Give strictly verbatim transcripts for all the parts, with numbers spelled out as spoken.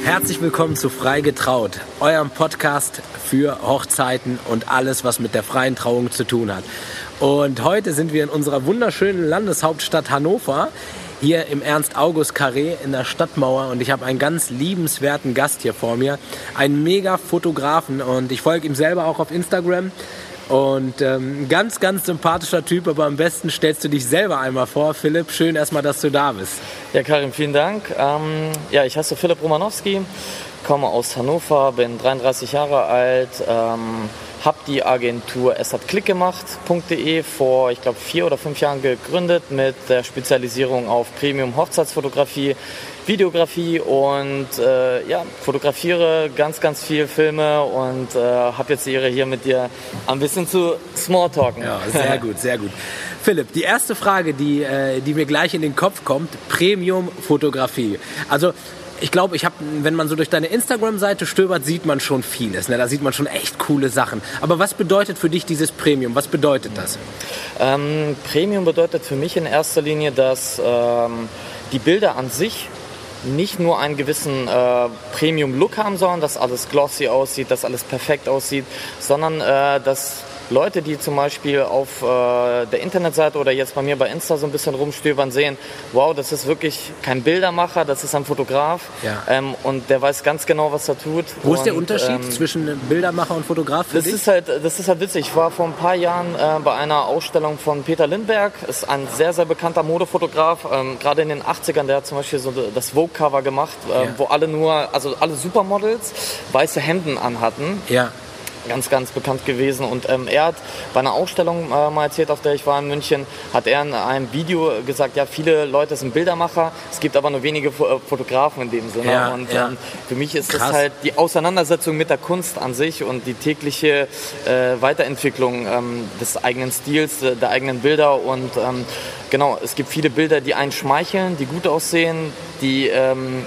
Herzlich willkommen zu Frei getraut, eurem Podcast für Hochzeiten und alles, was mit der freien Trauung zu tun hat. Und heute sind wir in unserer wunderschönen Landeshauptstadt Hannover, hier im Ernst-August-Carré in der Stadtmauer, und ich habe einen ganz liebenswerten Gast hier vor mir, einen Mega-Fotografen, und ich folge ihm selber auch auf Instagram. Und ähm, ganz, ganz sympathischer Typ, aber am besten stellst du dich selber einmal vor. Philipp, schön erstmal, dass du da bist. Ja, Karim, vielen Dank. Ähm, ja, ich heiße Philipp Romanowski, komme aus Hannover, bin dreiunddreißig Jahre alt, ähm, habe die Agentur es hat klick gemacht punkt de vor, ich glaube, vier oder fünf Jahren gegründet mit der Spezialisierung auf Premium-Hochzeitsfotografie, Videografie und äh, ja, fotografiere ganz, ganz viel Filme und äh, habe jetzt die Ehre, hier mit dir ein bisschen zu smalltalken. Ja, sehr gut, sehr gut. Philipp, die erste Frage, die, äh, die mir gleich in den Kopf kommt, Premium-Fotografie. Also ich glaube, ich habe, wenn man so durch deine Instagram-Seite stöbert, sieht man schon vieles. Ne? Da sieht man schon echt coole Sachen. Aber was bedeutet für dich dieses Premium? Was bedeutet das? Ähm, Premium bedeutet für mich in erster Linie, dass ähm, die Bilder an sich nicht nur einen gewissen äh, Premium-Look haben sollen, dass alles glossy aussieht, dass alles perfekt aussieht, sondern äh, dass Leute, die zum Beispiel auf äh, der Internetseite oder jetzt bei mir bei Insta so ein bisschen rumstöbern, sehen, wow, das ist wirklich kein Bildermacher, das ist ein Fotograf, ja. ähm, und der weiß ganz genau, was er tut. Wo ist und, der Unterschied ähm, zwischen Bildermacher und Fotograf für das dich? Ist halt, das ist halt witzig. Ich war vor ein paar Jahren äh, bei einer Ausstellung von Peter Lindbergh, ist ein sehr, sehr bekannter Modefotograf, ähm, gerade in den achtzigern, der hat zum Beispiel so das Vogue-Cover gemacht, äh, ja. wo alle nur, also alle Supermodels weiße Hemden anhatten. Ja. Ganz, ganz bekannt gewesen. Und ähm, er hat bei einer Ausstellung äh, mal erzählt, auf der ich war in München, hat er in einem Video gesagt, ja, viele Leute sind Bildermacher, es gibt aber nur wenige Fo- Fotografen in dem Sinne. Ja, und ja. Ähm, für mich ist Krass. das halt die Auseinandersetzung mit der Kunst an sich und die tägliche äh, Weiterentwicklung ähm, des eigenen Stils, äh, der eigenen Bilder. Und ähm, genau, es gibt viele Bilder, die einen schmeicheln, die gut aussehen, die Ähm,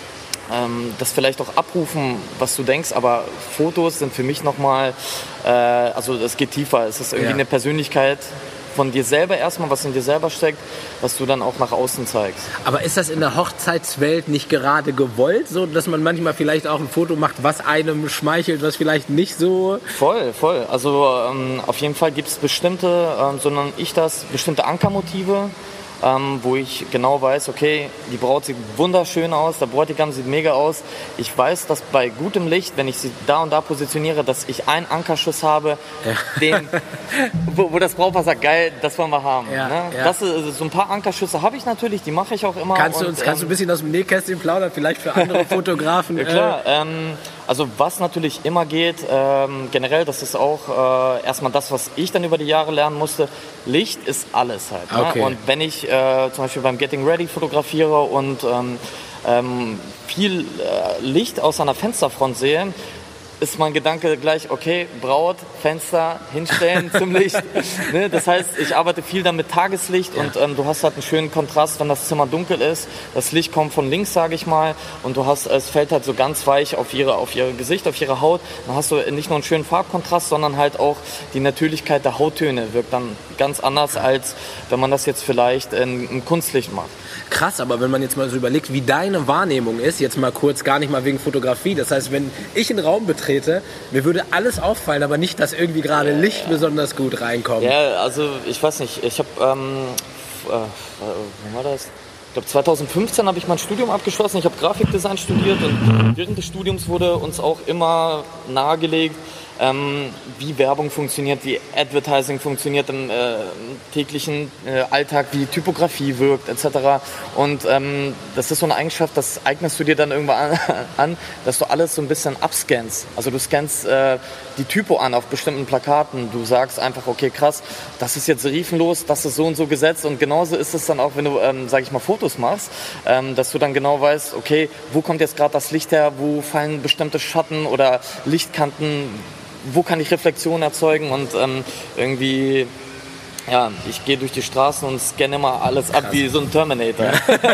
Ähm, das vielleicht auch abrufen, was du denkst, aber Fotos sind für mich nochmal, äh, also es geht tiefer, es ist irgendwie ja. eine Persönlichkeit von dir selber erstmal, was in dir selber steckt, was du dann auch nach außen zeigst. Aber ist das in der Hochzeitswelt nicht gerade gewollt, so dass man manchmal vielleicht auch ein Foto macht, was einem schmeichelt, was vielleicht nicht so... Voll, voll. Also ähm, auf jeden Fall gibt es bestimmte, ähm, so nenne ich das, bestimmte Ankermotive, Ähm, wo ich genau weiß, okay, die Braut sieht wunderschön aus, der Bräutigam sieht mega aus. Ich weiß, dass bei gutem Licht, wenn ich sie da und da positioniere, dass ich einen Ankerschuss habe, ja. den, wo, wo das Brautpaar sagt, geil, das wollen wir haben. Ja, ne? ja. Das ist, so ein paar Ankerschüsse habe ich natürlich, die mache ich auch immer. Kannst du und, uns kannst ähm, du ein bisschen aus dem Nähkästchen plaudern, vielleicht für andere Fotografen? Ja, klar. Äh, ähm, also was natürlich immer geht, ähm, generell, das ist auch äh, erstmal das, was ich dann über die Jahre lernen musste, Licht ist alles halt. Ne? Okay. Und wenn ich äh, zum Beispiel beim Getting Ready fotografiere und ähm, ähm, viel äh, Licht aus einer Fensterfront sehe, ist mein Gedanke gleich, okay, Braut, Fenster, hinstellen zum Licht. Ne? Das heißt, ich arbeite viel dann mit Tageslicht, ja. und ähm, du hast halt einen schönen Kontrast, wenn das Zimmer dunkel ist. Das Licht kommt von links, sage ich mal, und du hast, es fällt halt so ganz weich auf ihre, auf ihr Gesicht, auf ihre Haut. Dann hast du nicht nur einen schönen Farbkontrast, sondern halt auch die Natürlichkeit der Hauttöne wirkt dann ganz anders, als wenn man das jetzt vielleicht in, in Kunstlicht macht. Krass, aber wenn man jetzt mal so überlegt, wie deine Wahrnehmung ist, jetzt mal kurz, gar nicht mal wegen Fotografie, das heißt, wenn ich einen Raum betrete, mir würde alles auffallen, aber nicht, dass irgendwie gerade Licht ja. besonders gut reinkommt. Ja, also ich weiß nicht, ich habe, ähm, äh, wann war das? Ich glaube zweitausendfünfzehn habe ich mein Studium abgeschlossen, ich habe Grafikdesign studiert und während des Studiums wurde uns auch immer nahegelegt, Ähm, wie Werbung funktioniert, wie Advertising funktioniert im äh, täglichen äh, Alltag, wie Typografie wirkt et cetera. Und ähm, das ist so eine Eigenschaft, das eignest du dir dann irgendwann an, an dass du alles so ein bisschen abscannst. Also du scannst äh, die Typo an auf bestimmten Plakaten. Du sagst einfach, okay, krass, das ist jetzt serifenlos, das ist so und so gesetzt. Und genauso ist es dann auch, wenn du, ähm, sag ich mal, Fotos machst, ähm, dass du dann genau weißt, okay, wo kommt jetzt gerade das Licht her, wo fallen bestimmte Schatten oder Lichtkanten, wo kann ich Reflexionen erzeugen und ähm, irgendwie, ja, ich gehe durch die Straßen und scanne immer alles ab. Krass. Wie so ein Terminator.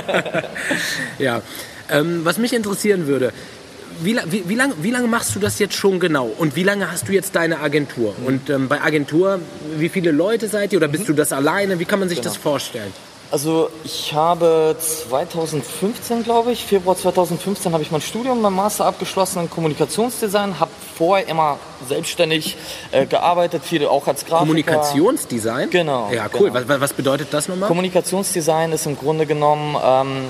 Ja, ähm, was mich interessieren würde, wie, wie, wie lange wie lang machst du das jetzt schon genau und wie lange hast du jetzt deine Agentur? Mhm. Und ähm, bei Agentur, wie viele Leute seid ihr oder bist mhm. du das alleine? Wie kann man sich genau. das vorstellen? Also ich habe zweitausendfünfzehn, glaube ich, Februar zweitausendfünfzehn habe ich mein Studium, mein Master abgeschlossen in Kommunikationsdesign, habe vorher immer selbstständig äh, gearbeitet, viel auch als Grafiker. Kommunikationsdesign? Genau. Ja, cool. Genau. Was, was bedeutet das nochmal? Kommunikationsdesign ist im Grunde genommen ähm,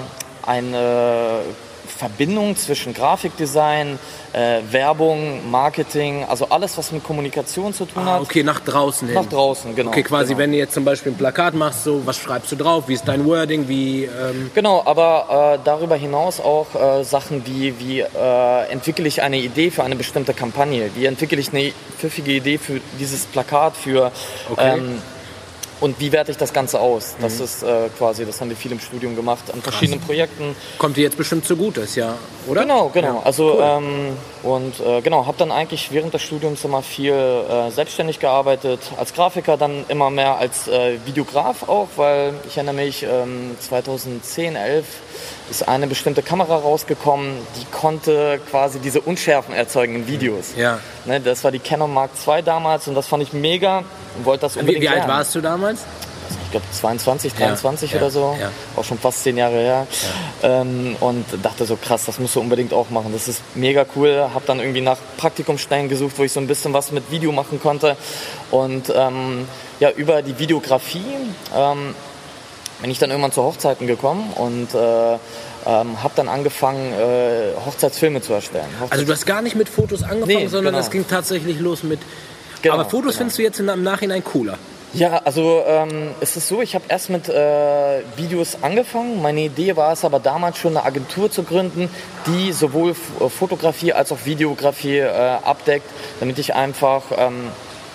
eine Verbindung zwischen Grafikdesign, äh, Werbung, Marketing, also alles, was mit Kommunikation zu tun ah, hat. Okay, nach draußen hin. Nach draußen, genau. Okay, quasi, genau. wenn du jetzt zum Beispiel ein Plakat machst, so, was schreibst du drauf, wie ist dein Wording, wie... Ähm Genau, aber äh, darüber hinaus auch äh, Sachen wie, wie äh, entwickle ich eine Idee für eine bestimmte Kampagne, wie entwickle ich eine pfiffige Idee für dieses Plakat, für... Okay. Ähm, Und wie werte ich das Ganze aus? Das Mhm. ist äh, quasi, das haben wir viel im Studium gemacht, an verschiedenen Projekten. Kommt dir jetzt bestimmt zugute, ist ja, oder? Genau, genau. Ja, also cool. ähm, und äh, genau, habe dann eigentlich während des Studiums immer viel äh, selbstständig gearbeitet, als Grafiker, dann immer mehr als äh, Videograf auch, weil ich erinnere mich, ähm, zweitausendzehn, elf ist eine bestimmte Kamera rausgekommen, die konnte quasi diese Unschärfen erzeugen in Videos. Ja. Ne, das war die Canon Mark zwei damals und das fand ich mega und wollte das unbedingt Wie, wie alt lernen. warst du damals? Ich glaube zweiundzwanzig, dreiundzwanzig Ja, oder ja, so, ja. auch schon fast zehn Jahre her. Ja. Ähm, und dachte so, krass, das musst du unbedingt auch machen. Das ist mega cool. Hab dann irgendwie nach Praktikumsstellen gesucht, wo ich so ein bisschen was mit Video machen konnte. Und ähm, ja, über die Videografie ähm, bin ich dann irgendwann zu Hochzeiten gekommen und äh, ähm, habe dann angefangen, äh, Hochzeitsfilme zu erstellen. Hochzeits- Also du hast gar nicht mit Fotos angefangen, Nee, sondern genau. das ging tatsächlich los mit... Genau, Aber Fotos genau. findest du jetzt in, im Nachhinein cooler? Ja, also ähm, es ist so, ich habe erst mit äh, Videos angefangen. Meine Idee war es aber damals schon, eine Agentur zu gründen, die sowohl F- Fotografie als auch Videografie äh, abdeckt, damit ich einfach ähm,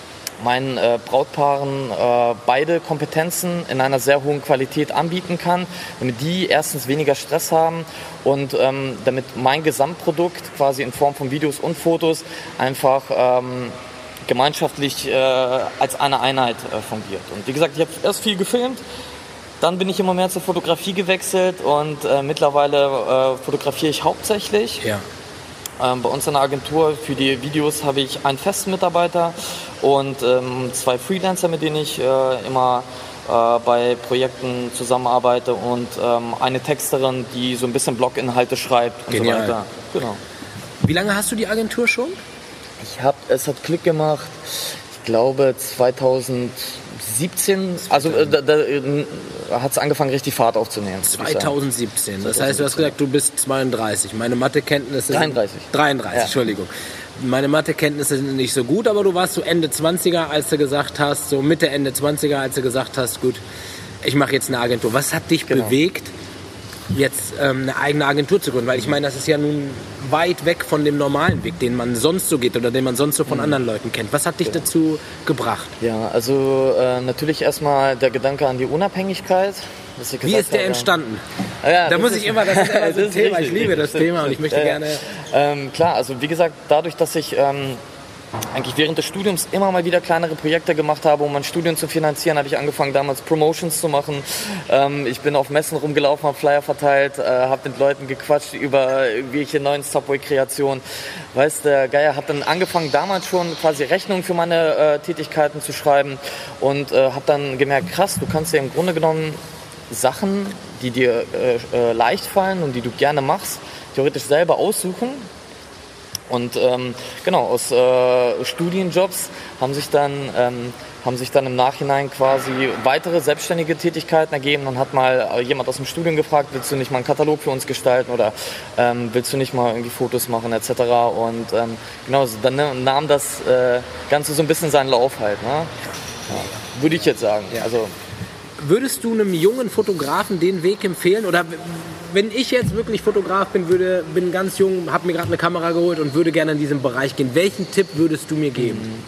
meinen äh, Brautpaaren äh, beide Kompetenzen in einer sehr hohen Qualität anbieten kann, damit die erstens weniger Stress haben und ähm, damit mein Gesamtprodukt quasi in Form von Videos und Fotos einfach ähm, gemeinschaftlich äh, als eine Einheit äh, fungiert. Und wie gesagt, ich habe erst viel gefilmt, dann bin ich immer mehr zur Fotografie gewechselt und äh, mittlerweile äh, fotografiere ich hauptsächlich. Ja. Ähm, bei uns in der Agentur für die Videos habe ich einen festen Mitarbeiter und ähm, zwei Freelancer, mit denen ich äh, immer äh, bei Projekten zusammenarbeite und ähm, eine Texterin, die so ein bisschen Bloginhalte schreibt und Genial. so weiter. Genau. Wie lange hast du die Agentur schon? Ich habe, es hat Klick gemacht, ich glaube zweitausendsiebzehn, also äh, da, da äh, hat es angefangen richtig Fahrt aufzunehmen. zweitausendsiebzehn. Das heißt, du hast gesagt, du bist zweiunddreißig. Meine Mathekenntnisse sind... dreiunddreißig. dreiunddreißig, Ja. Entschuldigung. Meine Mathekenntnisse sind nicht so gut, aber du warst so Ende zwanziger, als du gesagt hast, so Mitte, Ende zwanziger, als du gesagt hast, gut, ich mache jetzt eine Agentur. Was hat dich Genau. bewegt, jetzt ähm, eine eigene Agentur zu gründen? Weil ich meine, das ist ja nun weit weg von dem normalen Weg, den man sonst so geht oder den man sonst so von Mhm. anderen Leuten kennt. Was hat dich Genau. dazu gebracht? Ja, also äh, natürlich erstmal der Gedanke an die Unabhängigkeit. Dass ich Wie gesagt ist der habe, entstanden? Ja, Da das muss ist- ich immer, das ist immer so ein das ist Thema, ich richtig, liebe das stimmt, Thema und ich stimmt. möchte Ja, ja. gerne... Ähm, klar, also wie gesagt, dadurch, dass ich ähm, eigentlich während des Studiums immer mal wieder kleinere Projekte gemacht habe, um mein Studium zu finanzieren, habe ich angefangen damals Promotions zu machen. Ähm, ich bin auf Messen rumgelaufen, habe Flyer verteilt, äh, habe mit Leuten gequatscht über irgendwelche neuen Subway-Kreationen. Weißt, der Geier hat dann angefangen damals schon quasi Rechnungen für meine äh, Tätigkeiten zu schreiben und äh, habe dann gemerkt, krass, du kannst dir im Grunde genommen Sachen, die dir äh, äh, leicht fallen und die du gerne machst, theoretisch selber aussuchen. Und ähm, genau, aus äh, Studienjobs haben sich, dann, ähm, haben sich dann im Nachhinein quasi weitere selbstständige Tätigkeiten ergeben. Dann hat mal äh, jemand aus dem Studium gefragt, willst du nicht mal einen Katalog für uns gestalten oder ähm, willst du nicht mal irgendwie Fotos machen et cetera. Und ähm, genau, so, dann ne, nahm das äh, Ganze so ein bisschen seinen Lauf halt. Ne? Ja, würde ich jetzt sagen. Ja. Also, Würdest du einem jungen Fotografen den Weg empfehlen? Oder wenn ich jetzt wirklich Fotograf bin, würde, bin ganz jung, habe mir gerade eine Kamera geholt und würde gerne in diesem Bereich gehen, welchen Tipp würdest du mir geben?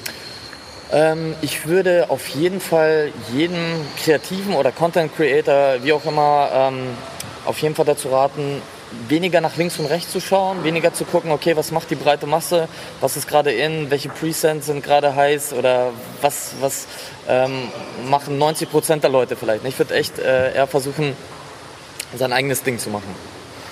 Ähm, ich würde auf jeden Fall jedem Kreativen oder Content Creator, wie auch immer, ähm, auf jeden Fall dazu raten, weniger nach links und rechts zu schauen, weniger zu gucken, okay, was macht die breite Masse, was ist gerade in, welche Presets sind gerade heiß oder was, was ähm, machen neunzig Prozent der Leute vielleicht. Ich würde echt äh, eher versuchen, sein eigenes Ding zu machen.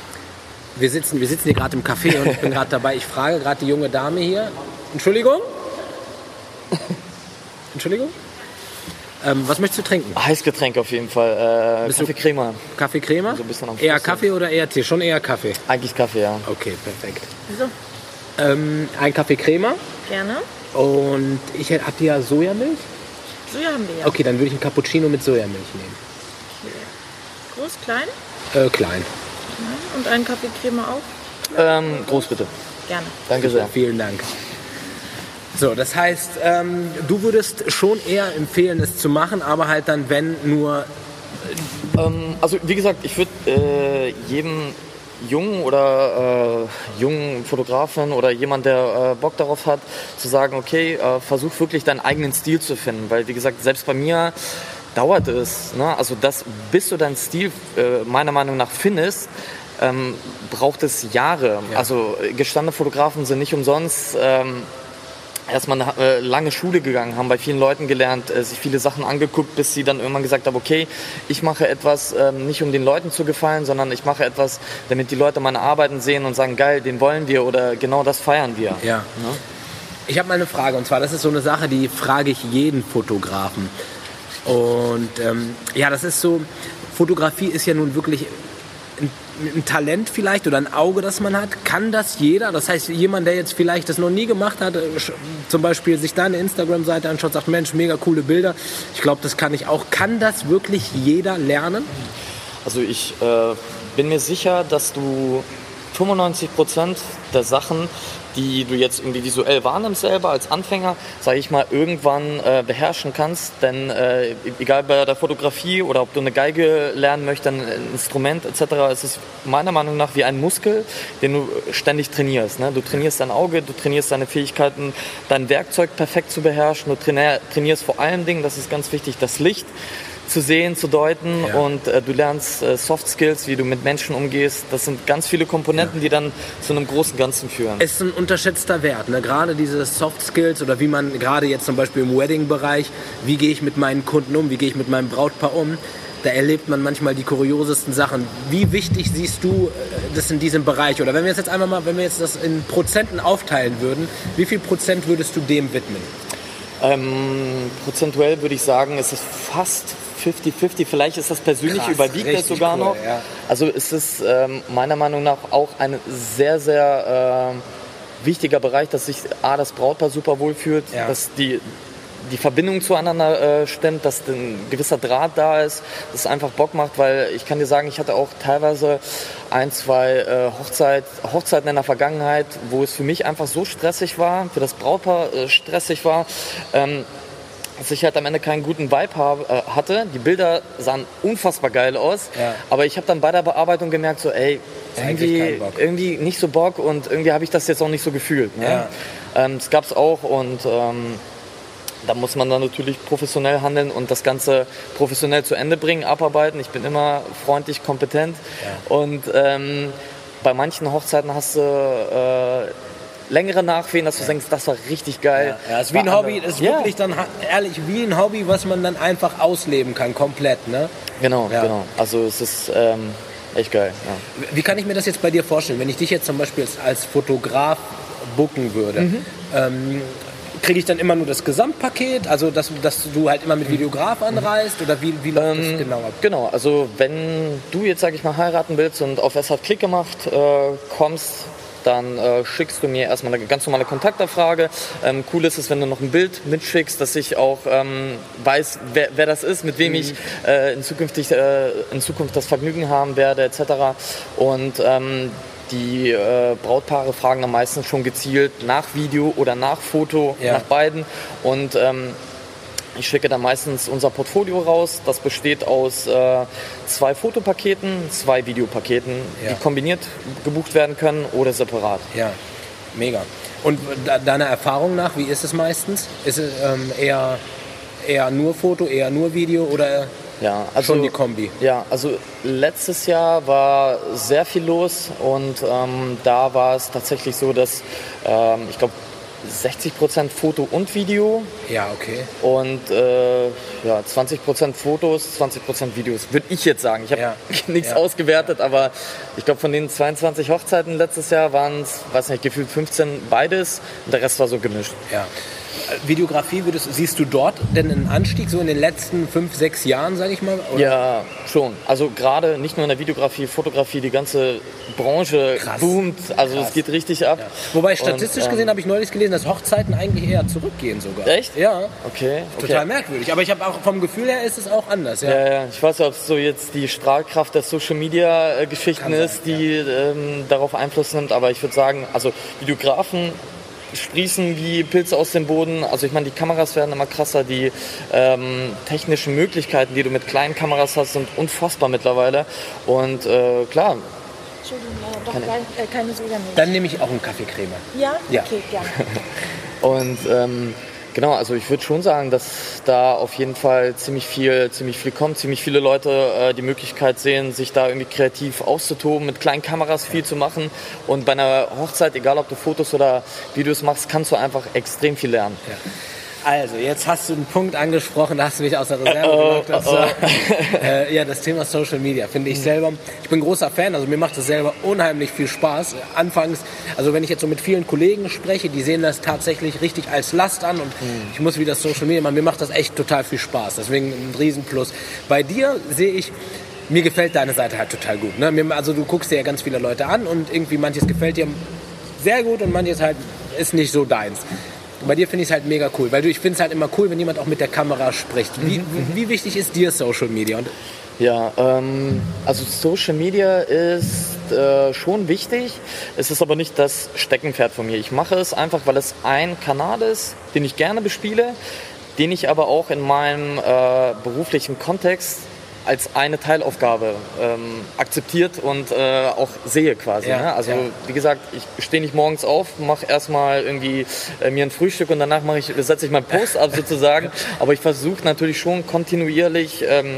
Wir sitzen, wir sitzen hier gerade im Café und ich bin gerade dabei, ich frage gerade die junge Dame hier, Entschuldigung? Entschuldigung? Ähm, was möchtest du trinken? Heißgetränk auf jeden Fall. Äh, Bist du- Kaffee Crema. Kaffee Crema? So ein bisschen am Eher Schluss, Kaffee oder eher Tee? Schon eher Kaffee. Eigentlich Kaffee, ja. Okay, perfekt. Wieso? Ähm, ein Kaffee Crema Gerne. und ich hätte- habt ihr ja Sojamilch? Soja haben wir ja. Okay, dann würde ich einen Cappuccino mit Sojamilch nehmen. Groß, klein. Äh, klein. Und einen Kaffee Creme auch. Ähm, groß bitte. Gerne. Danke sehr. Vielen Dank. So, das heißt, ähm, du würdest schon eher empfehlen, es zu machen, aber halt dann, wenn nur... Ähm, also wie gesagt, ich würde äh, jedem jungen oder äh, jungen Fotografen oder jemand, der äh, Bock darauf hat, zu sagen, okay, äh, versuch wirklich deinen eigenen Stil zu finden. Weil wie gesagt, selbst bei mir dauert es, ne? Also das, bis du deinen Stil äh, meiner Meinung nach findest, ähm, braucht es Jahre. Ja. Also äh, gestandene Fotografen sind nicht umsonst... Ähm, erstmal eine äh, lange Schule gegangen, haben bei vielen Leuten gelernt, äh, sich viele Sachen angeguckt, bis sie dann irgendwann gesagt haben, okay, ich mache etwas ähm, nicht um den Leuten zu gefallen, sondern ich mache etwas, damit die Leute meine Arbeiten sehen und sagen, geil, den wollen wir oder genau das feiern wir. Ja. Ich habe mal eine Frage, und zwar, das ist so eine Sache, die frage ich jeden Fotografen. Und ähm, ja, das ist so, Fotografie ist ja nun wirklich ein, ein Talent vielleicht oder ein Auge, das man hat. Kann das jeder? Das heißt, jemand, der jetzt vielleicht das noch nie gemacht hat, sch- zum Beispiel sich deine Instagram-Seite anschaut, sagt, Mensch, mega coole Bilder. Ich glaube, das kann ich auch. Kann das wirklich jeder lernen? Also ich äh, bin mir sicher, dass du fünfundneunzig Prozent der Sachen, die du jetzt irgendwie visuell wahrnimmst selber als Anfänger, sage ich mal, irgendwann äh, beherrschen kannst. Denn äh, egal bei der Fotografie oder ob du eine Geige lernen möchtest, ein Instrument et cetera, es ist meiner Meinung nach wie ein Muskel, den du ständig trainierst. Ne? Du trainierst dein Auge, du trainierst deine Fähigkeiten, dein Werkzeug perfekt zu beherrschen. Du trainier- trainierst vor allen Dingen, das ist ganz wichtig, das Licht zu sehen, zu deuten Ja. und äh, du lernst äh, Soft Skills, wie du mit Menschen umgehst. Das sind ganz viele Komponenten, die dann zu einem großen Ganzen führen. Es ist ein unterschätzter Wert, ne? Gerade diese Soft Skills oder wie man gerade jetzt zum Beispiel im Wedding-Bereich, wie gehe ich mit meinen Kunden um, wie gehe ich mit meinem Brautpaar um, da erlebt man manchmal die kuriosesten Sachen. Wie wichtig siehst du äh, das in diesem Bereich? Oder wenn wir jetzt jetzt einmal mal, wenn wir jetzt das in Prozenten aufteilen würden, wie viel Prozent würdest du dem widmen? Ähm, prozentuell würde ich sagen, es ist fast fünfzig fünfzig. Vielleicht ist das persönlich, Krass, überwiegt das richtig sogar cool, noch. ja. Also es ist ähm, meiner Meinung nach auch ein sehr, sehr ähm, wichtiger Bereich, dass sich A, das Brautpaar super wohl fühlt, Ja. dass die die Verbindung zueinander äh, stimmt, dass ein gewisser Draht da ist, dass es einfach Bock macht, weil ich kann dir sagen, ich hatte auch teilweise ein, zwei äh, Hochzeit, Hochzeiten in der Vergangenheit, wo es für mich einfach so stressig war, für das Brautpaar äh, stressig war, ähm, dass ich halt am Ende keinen guten Vibe hab, äh, hatte. Die Bilder sahen unfassbar geil aus, Ja. aber ich habe dann bei der Bearbeitung gemerkt, so ey, Eigentlich irgendwie, kein Bock. irgendwie nicht so Bock und irgendwie habe ich das jetzt auch nicht so gefühlt. Ne? Ja. Ähm, das gab's auch und ähm, da muss man dann natürlich professionell handeln und das Ganze professionell zu Ende bringen, abarbeiten. Ich bin immer freundlich, kompetent. Ja. Und ähm, bei manchen Hochzeiten hast du äh, längere Nachwehen, dass du denkst, das war richtig geil. Ja, es ist wie ein War Hobby, andere- es ist ja, wirklich dann ha- ehrlich wie ein Hobby, was man dann einfach ausleben kann, komplett, ne? Genau, Ja. genau. Also es ist ähm, echt geil. Ja. Wie kann ich mir das jetzt bei dir vorstellen, wenn ich dich jetzt zum Beispiel als, als Fotograf booken würde? Mhm. Ähm, kriege ich dann immer nur das Gesamtpaket, also dass, dass du halt immer mit Videograf anreist oder wie, wie läuft das genau ab? Genau, also wenn du jetzt, sag ich mal, heiraten willst und auf Es hat Klick gemacht äh, kommst, dann äh, schickst du mir erstmal eine ganz normale Kontaktanfrage. Ähm, cool ist es, wenn du noch ein Bild mitschickst, dass ich auch ähm, weiß, wer, wer das ist, mit wem ich äh, in, zukünftig, äh, in Zukunft das Vergnügen haben werde, et cetera. Und ähm, die äh, Brautpaare fragen dann meistens schon gezielt nach Video oder nach Foto, Ja. nach beiden. Und ähm, ich schicke dann meistens unser Portfolio raus. Das besteht aus äh, zwei Fotopaketen, zwei Videopaketen, Ja. die kombiniert gebucht werden können oder separat. Ja, mega. Und de- deiner Erfahrung nach, wie ist es meistens? Ist es ähm, eher, eher nur Foto, eher nur Video oder Ja, also, schon die Kombi? Ja, also letztes Jahr war sehr viel los und ähm, da war es tatsächlich so, dass ähm, ich glaube sechzig Prozent Foto und Video Ja, okay. und äh, ja, zwanzig Prozent Fotos, zwanzig Prozent Videos, würde ich jetzt sagen. Ich habe Ja. nichts Ja. ausgewertet, aber ich glaube von den zweiundzwanzig Hochzeiten letztes Jahr waren es, weiß nicht, gefühlt fünfzehn beides und der Rest war so gemischt. Ja. Videografie, würdest, siehst du dort denn einen Anstieg so in den letzten fünf, sechs Jahren, sage ich mal? Oder? Ja, schon. Also gerade nicht nur in der Videografie, Fotografie, die ganze Branche Krass. boomt. Also Krass. es geht richtig ab. Ja. Wobei statistisch Und, ähm, gesehen habe ich neulich gelesen, dass Hochzeiten eigentlich eher zurückgehen sogar. Echt? Ja. Okay, okay. Total merkwürdig. Aber ich habe auch vom Gefühl her ist es auch anders. Ja, Ja, ja. Ich weiß nicht, ob es so jetzt die Strahlkraft der Social-Media-Geschichten Kann sein, ist, die ähm, darauf Einfluss nimmt. Aber ich würde sagen, also Videografen sprießen wie Pilze aus dem Boden. Also ich meine, die Kameras werden immer krasser. Die ähm, technischen Möglichkeiten, die du mit kleinen Kameras hast, sind unfassbar mittlerweile. Und äh, klar, Entschuldigung, leider doch Keine- kein, äh, keine Sojamilch. Dann nehme ich auch einen Kaffeecreme. Ja? Ja. Okay, gerne. und ähm, genau, also ich würde schon sagen, dass da auf jeden Fall ziemlich viel, ziemlich viel kommt, ziemlich viele Leute äh, die Möglichkeit sehen, sich da irgendwie kreativ auszutoben, mit kleinen Kameras viel zu machen. Und bei einer Hochzeit, egal ob du Fotos oder Videos machst, kannst du einfach extrem viel lernen. Ja. Also, jetzt hast du einen Punkt angesprochen, da hast du mich aus der Reserve Oh, gemacht. oh, Oh, äh, ja, das Thema Social Media finde ich selber, ich bin großer Fan, also mir macht das selber unheimlich viel Spaß. Anfangs, also wenn ich jetzt so mit vielen Kollegen spreche, die sehen das tatsächlich richtig als Last an und mhm. ich muss wieder Social Media machen, mir macht das echt total viel Spaß, deswegen ein Riesenplus. Bei dir sehe ich, mir gefällt deine Seite halt total gut. Ne? Mir, also du guckst dir ja ganz viele Leute an und irgendwie manches gefällt dir sehr gut und manches halt ist nicht so deins. Bei dir finde ich es halt mega cool, weil du, ich finde es halt immer cool, wenn jemand auch mit der Kamera spricht. Wie, Mhm. wie wichtig ist dir Social Media? Und Ja, ähm, also Social Media ist äh, schon wichtig. Es ist aber nicht das Steckenpferd von mir. Ich mache es einfach, weil es ein Kanal ist, den ich gerne bespiele, den ich aber auch in meinem äh, beruflichen Kontext als eine Teilaufgabe ähm, akzeptiert und äh, auch sehe quasi. Ja, ne? Also ja. wie gesagt, ich stehe nicht morgens auf, mache erstmal irgendwie äh, mir ein Frühstück und danach mache ich, setze ich meinen Post ab sozusagen. Aber ich versuche natürlich schon kontinuierlich ähm,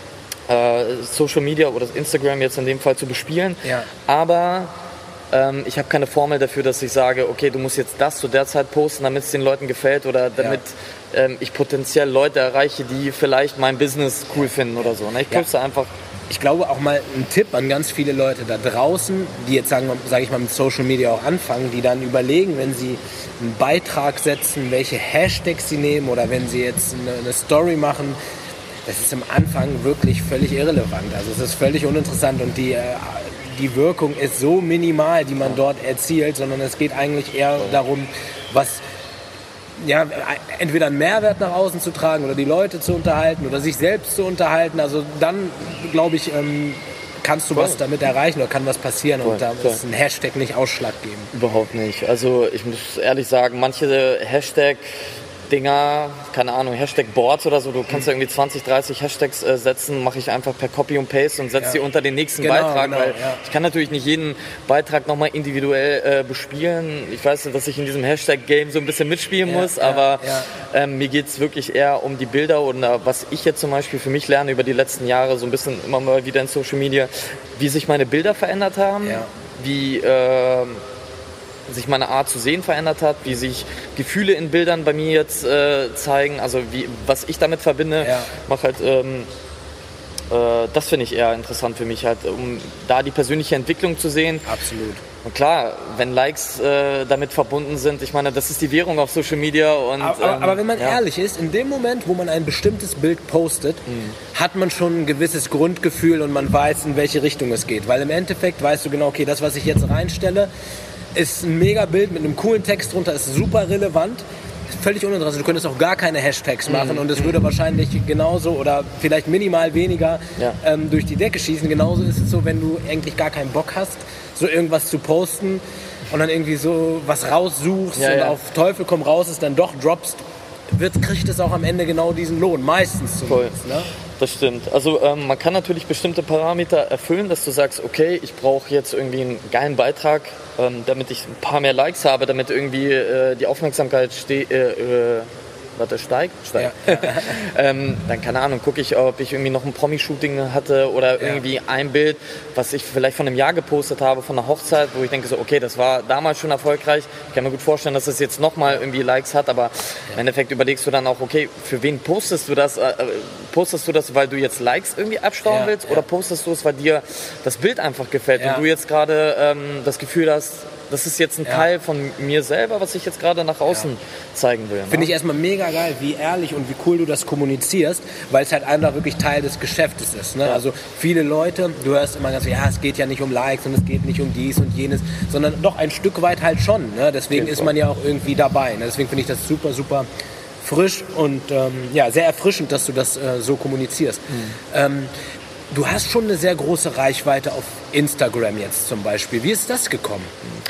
äh, Social Media oder Instagram jetzt in dem Fall zu bespielen. Ja. Aber ähm, ich habe keine Formel dafür, dass ich sage, okay, du musst jetzt das zu der Zeit posten, damit es den Leuten gefällt oder damit ähm, ich potenziell Leute erreiche, die vielleicht mein Business cool finden oder so. Ne? Ich poste Ja. einfach. ich glaube auch mal ein Tipp an ganz viele Leute da draußen, die jetzt sagen, sage ich mal mit Social Media auch anfangen, die dann überlegen, wenn sie einen Beitrag setzen, welche Hashtags sie nehmen oder wenn sie jetzt eine, eine Story machen. Das ist am Anfang wirklich völlig irrelevant. Also es ist völlig uninteressant und die, äh, die Wirkung ist so minimal, die man dort erzielt, sondern es geht eigentlich eher darum, was ja, entweder einen Mehrwert nach außen zu tragen oder die Leute zu unterhalten oder sich selbst zu unterhalten. Also dann, glaube ich, ähm, kannst du Voll. was damit erreichen oder kann was passieren Voll, und da voll. ist ein Hashtag nicht ausschlaggebend. Überhaupt nicht. Also ich muss ehrlich sagen, manche Hashtag-Dinger, keine Ahnung, Hashtag-Boards oder so, du kannst ja irgendwie zwanzig, dreißig Hashtags äh, setzen, mache ich einfach per Copy und Paste und setze Ja. sie unter den nächsten Genau, Beitrag, genau, weil ja. ich kann natürlich nicht jeden Beitrag nochmal individuell äh, bespielen. Ich weiß, dass ich in diesem Hashtag-Game so ein bisschen mitspielen Ja, muss, ja, aber ja. Ähm, mir geht es wirklich eher um die Bilder und äh, was ich jetzt zum Beispiel für mich lerne über die letzten Jahre, so ein bisschen immer mal wieder in Social Media, wie sich meine Bilder verändert haben, Ja. wie äh, sich meine Art zu sehen verändert hat, wie sich Gefühle in Bildern bei mir jetzt äh, zeigen, also wie, was ich damit verbinde, Ja. mach halt, ähm, äh, das finde ich eher interessant für mich, halt, um da die persönliche Entwicklung zu sehen. Absolut. Und klar, wenn Likes äh, damit verbunden sind, ich meine, das ist die Währung auf Social Media. Und, Aber, aber, ähm, aber wenn man ja. ehrlich ist, in dem Moment, wo man ein bestimmtes Bild postet, hat man schon ein gewisses Grundgefühl und man weiß, in welche Richtung es geht. Weil im Endeffekt weißt du genau, okay, das, was ich jetzt reinstelle, ist ein mega Bild mit einem coolen Text drunter, ist super relevant, ist völlig uninteressant. Du könntest auch gar keine Hashtags machen und es würde wahrscheinlich genauso oder vielleicht minimal weniger Ja. ähm, durch die Decke schießen. Genauso ist es so, wenn du eigentlich gar keinen Bock hast, so irgendwas zu posten und dann irgendwie so was raussuchst Ja, und ja. auf Teufel komm raus es dann doch droppst, wird, kriegt es auch am Ende genau diesen Lohn, meistens zumindest. Ne? Das stimmt. Also ähm, man kann natürlich bestimmte Parameter erfüllen, dass du sagst, okay, ich brauche jetzt irgendwie einen geilen Beitrag, ähm, damit ich ein paar mehr Likes habe, damit irgendwie äh, die Aufmerksamkeit ste- äh, äh, warte, steigt. steigt. Ja, ja. ähm, dann, keine Ahnung, gucke ich, ob ich irgendwie noch ein Promi-Shooting hatte oder Ja. irgendwie ein Bild, was ich vielleicht von einem Jahr gepostet habe, von einer Hochzeit, wo ich denke so, okay, das war damals schon erfolgreich. Ich kann mir gut vorstellen, dass es jetzt nochmal irgendwie Likes hat, aber im Endeffekt überlegst du dann auch, okay, für wen postest du das? Äh, postest du das, weil du jetzt Likes irgendwie abstauben Ja, willst ja. oder postest du es, weil dir das Bild einfach gefällt Ja. und du jetzt gerade ähm, das Gefühl hast, das ist jetzt ein Ja. Teil von mir selber, was ich jetzt gerade nach außen ja. zeigen will. Finde ne? ich erstmal mega geil, wie ehrlich und wie cool du das kommunizierst, weil es halt einfach wirklich Teil des Geschäftes ist. Ne? Ja. Also viele Leute, du hörst immer ganz, ja, es geht ja nicht um Likes und es geht nicht um dies und jenes, sondern doch ein Stück weit halt schon. Ne? Deswegen ist man ja auch irgendwie dabei. Ne? Deswegen finde ich das super, super frisch und ähm, ja, sehr erfrischend, dass du das äh, so kommunizierst. Mhm. Ähm, du hast schon eine sehr große Reichweite auf Instagram jetzt zum Beispiel. Wie ist das gekommen?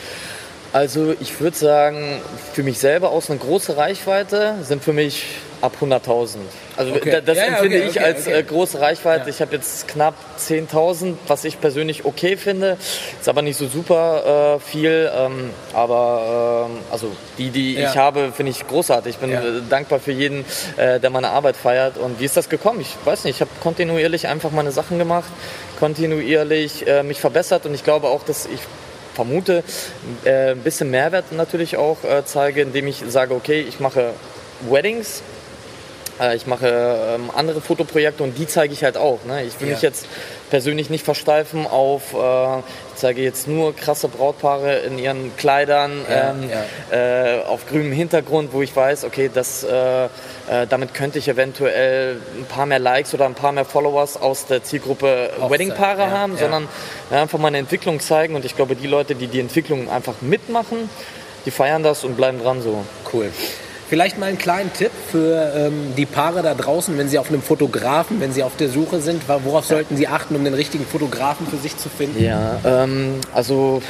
Also ich würde sagen, für mich selber aus eine große Reichweite sind für mich ab hunderttausend. Also okay. das, das ja, ja, empfinde okay, ich okay, als okay. äh, große Reichweite. Ja. Ich habe jetzt knapp zehntausend, was ich persönlich okay finde. Ist aber nicht so super äh, viel. Ähm, aber ähm, also die, die ja. ich habe, finde ich großartig. Ich bin ja. äh, dankbar für jeden, äh, der meine Arbeit feiert. Und wie ist das gekommen? Ich weiß nicht. Ich habe kontinuierlich einfach meine Sachen gemacht, kontinuierlich äh, mich verbessert. Und ich glaube auch, dass ich vermute, äh, ein bisschen Mehrwert natürlich auch äh, zeige, indem ich sage, okay, ich mache Weddings, äh, ich mache ähm, andere Fotoprojekte und die zeige ich halt auch. Ne? Ich will ja. mich jetzt persönlich nicht versteifen auf, äh, ich zeige jetzt nur krasse Brautpaare in ihren Kleidern ja, ähm, ja. Äh, auf grünem Hintergrund, wo ich weiß, okay, das, äh, äh, damit könnte ich eventuell ein paar mehr Likes oder ein paar mehr Followers aus der Zielgruppe Hochzeit, Weddingpaare ja, haben, ja. sondern ja, einfach mal eine Entwicklung zeigen und ich glaube, die Leute, die die Entwicklung einfach mitmachen, die feiern das und bleiben dran so. Cool. Vielleicht mal einen kleinen Tipp für ähm, die Paare da draußen, wenn sie auf einem Fotografen, wenn sie auf der Suche sind, worauf sollten sie achten, um den richtigen Fotografen für sich zu finden? Ja, ähm, also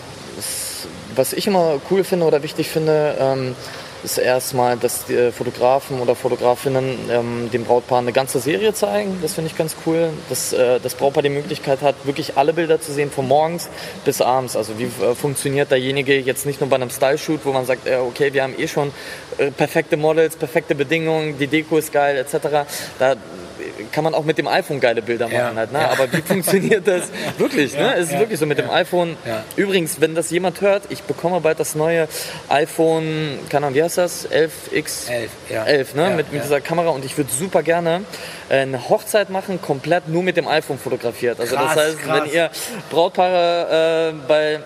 es, was ich immer cool finde oder wichtig finde, ähm, ist erstmal, dass die Fotografen oder Fotografinnen ähm, dem Brautpaar eine ganze Serie zeigen. Das finde ich ganz cool, dass äh, das Brautpaar die Möglichkeit hat, wirklich alle Bilder zu sehen, von morgens bis abends. Also wie äh, funktioniert derjenige jetzt nicht nur bei einem Style-Shoot, wo man sagt, äh, okay, wir haben eh schon äh, perfekte Models, perfekte Bedingungen, die Deko ist geil et cetera. Da kann man auch mit dem iPhone geile Bilder machen. Ja, halt, ne? ja. Aber wie funktioniert das wirklich? Ja, ne? Es ist ja, wirklich so mit ja, dem iPhone. ja. Übrigens, wenn das jemand hört, ich bekomme bald das neue iPhone, keine Ahnung, wie heißt das? elf X elf, ja. elf, ne? Ja, mit, mit ja. dieser Kamera und ich würde super gerne eine Hochzeit machen, komplett nur mit dem iPhone fotografiert. Also Krass, das heißt, krass. wenn ihr Brautpaare äh, bei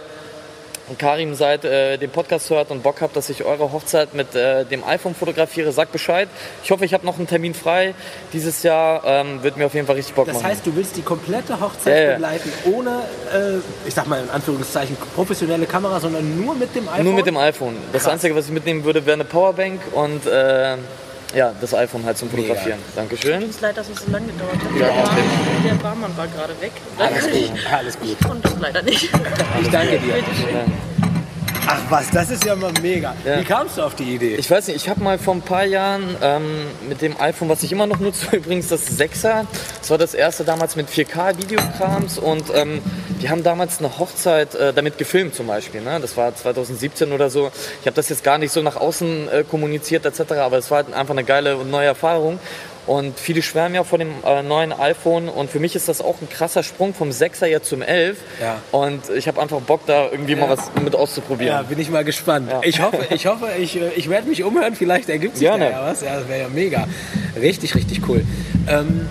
Karim seid, äh, den Podcast hört und Bock habt, dass ich eure Hochzeit mit äh, dem iPhone fotografiere, sagt Bescheid. Ich hoffe, ich habe noch einen Termin frei dieses Jahr. Ähm, wird mir auf jeden Fall richtig Bock Das machen. heißt, du willst die komplette Hochzeit Ja, ja. begleiten, ohne, äh, ich sag mal in Anführungszeichen, professionelle Kamera, sondern nur mit dem iPhone? Nur mit dem iPhone. Das Krass. Einzige, was ich mitnehmen würde, wäre eine Powerbank und äh, ja, das iPhone halt zum Fotografieren. Dankeschön. Tut uns leid, dass es so lange gedauert hat. Ja, der, kein Barmann, der Barmann war gerade weg. Alles gut, alles gut. Ich konnte es leider nicht. Ich danke dir. Ja. Ach was, das ist ja mal mega. Ja. Wie kamst du auf die Idee? Ich weiß nicht, ich habe mal vor ein paar Jahren ähm, mit dem iPhone, was ich immer noch nutze, übrigens das sechser, das war das erste damals mit vier K Videokrams und ähm, wir haben damals eine Hochzeit äh, damit gefilmt zum Beispiel, ne? Das war zwanzig siebzehn oder so. Ich habe das jetzt gar nicht so nach außen äh, kommuniziert et cetera, aber es war halt einfach eine geile und neue Erfahrung. Und viele schwärmen ja von dem äh, neuen iPhone und für mich ist das auch ein krasser Sprung vom sechser jetzt zum elf. Ja. Und ich habe einfach Bock, da irgendwie Ja. mal was mit auszuprobieren. Ja, bin ich mal gespannt. Ja. Ich hoffe, ich, hoffe ich, äh, ich werde mich umhören, vielleicht ergibt sich Gerne. da ja was. Ja, das wäre ja mega. Richtig, richtig cool. Ähm,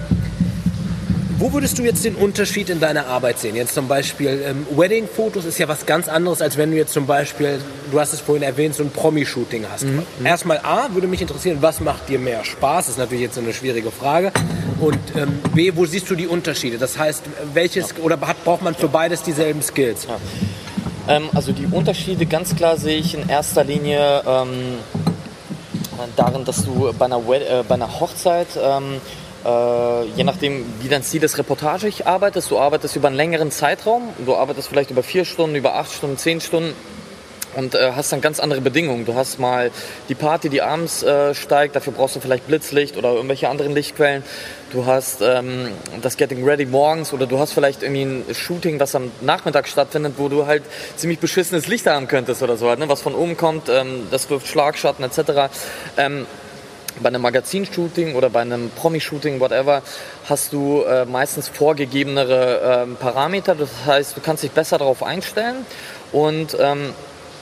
wo würdest du jetzt den Unterschied in deiner Arbeit sehen? Jetzt zum Beispiel ähm, Wedding-Fotos ist ja was ganz anderes, als wenn du jetzt zum Beispiel, du hast es vorhin erwähnt, so ein Promi-Shooting hast. Mhm. Erstmal A, würde mich interessieren, was macht dir mehr Spaß? Das ist natürlich jetzt so eine schwierige Frage. Und ähm, B, wo siehst du die Unterschiede? Das heißt, welches oder hat, braucht man für beides dieselben Skills? Ähm, also die Unterschiede ganz klar sehe ich in erster Linie ähm, darin, dass du bei einer, Wed- äh, bei einer Hochzeit, ähm, äh, je nachdem wie dein Ziel ist, reportagig arbeitest, du arbeitest über einen längeren Zeitraum, du arbeitest vielleicht über vier Stunden, über acht Stunden, zehn Stunden und äh, hast dann ganz andere Bedingungen. Du hast mal die Party, die abends äh, steigt, dafür brauchst du vielleicht Blitzlicht oder irgendwelche anderen Lichtquellen. Du hast ähm, das Getting Ready morgens oder du hast vielleicht irgendwie ein Shooting, das am Nachmittag stattfindet, wo du halt ziemlich beschissenes Licht haben könntest oder so, halt, ne? Was von oben kommt, ähm, das wirft Schlagschatten et cetera. Ähm, bei einem Magazinshooting oder bei einem Promi-Shooting, whatever, hast du äh, meistens vorgegebenere ähm, Parameter. Das heißt, du kannst dich besser darauf einstellen und ähm,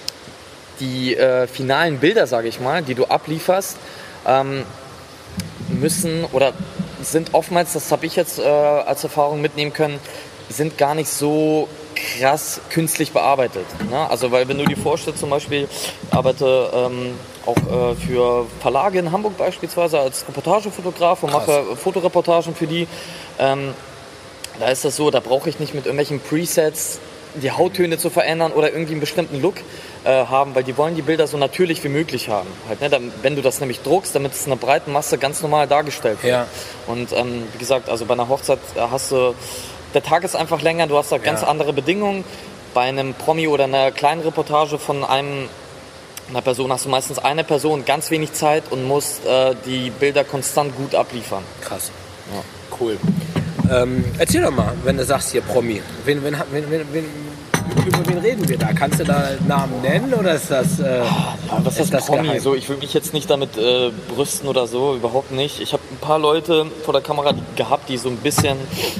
die äh, finalen Bilder, sage ich mal, die du ablieferst, ähm, müssen oder sind oftmals, das habe ich jetzt äh, als Erfahrung mitnehmen können, sind gar nicht so krass künstlich bearbeitet. Ne? Also weil wenn du dir vorstellst, zum Beispiel, ich arbeite ähm, auch äh, für Verlage in Hamburg beispielsweise als Reportagefotograf und Krass. mache Fotoreportagen für die. Ähm, da ist das so, da brauche ich nicht mit irgendwelchen Presets die Hauttöne zu verändern oder irgendwie einen bestimmten Look äh, haben, weil die wollen die Bilder so natürlich wie möglich haben. Halt, ne? Dann, wenn du das nämlich druckst, damit es in einer breiten Masse ganz normal dargestellt wird. Ja. Und ähm, wie gesagt, also bei einer Hochzeit hast du, der Tag ist einfach länger, du hast da ganz Ja. andere Bedingungen. Bei einem Promi oder einer kleinen Reportage von einem, einer Person hast du meistens eine Person, ganz wenig Zeit und musst äh, die Bilder konstant gut abliefern. Krass. Ja. Cool. Ähm, erzähl doch mal, wenn du sagst hier Promi. Wen, wen, wen, wen, wen, über wen reden wir da? Kannst du da Namen nennen oder ist das, äh, Ja, was ist ist das Promi? geheim? So, ich will mich jetzt nicht damit äh, brüsten oder so, überhaupt nicht. Ich habe ein paar Leute vor der Kamera gehabt, die so ein bisschen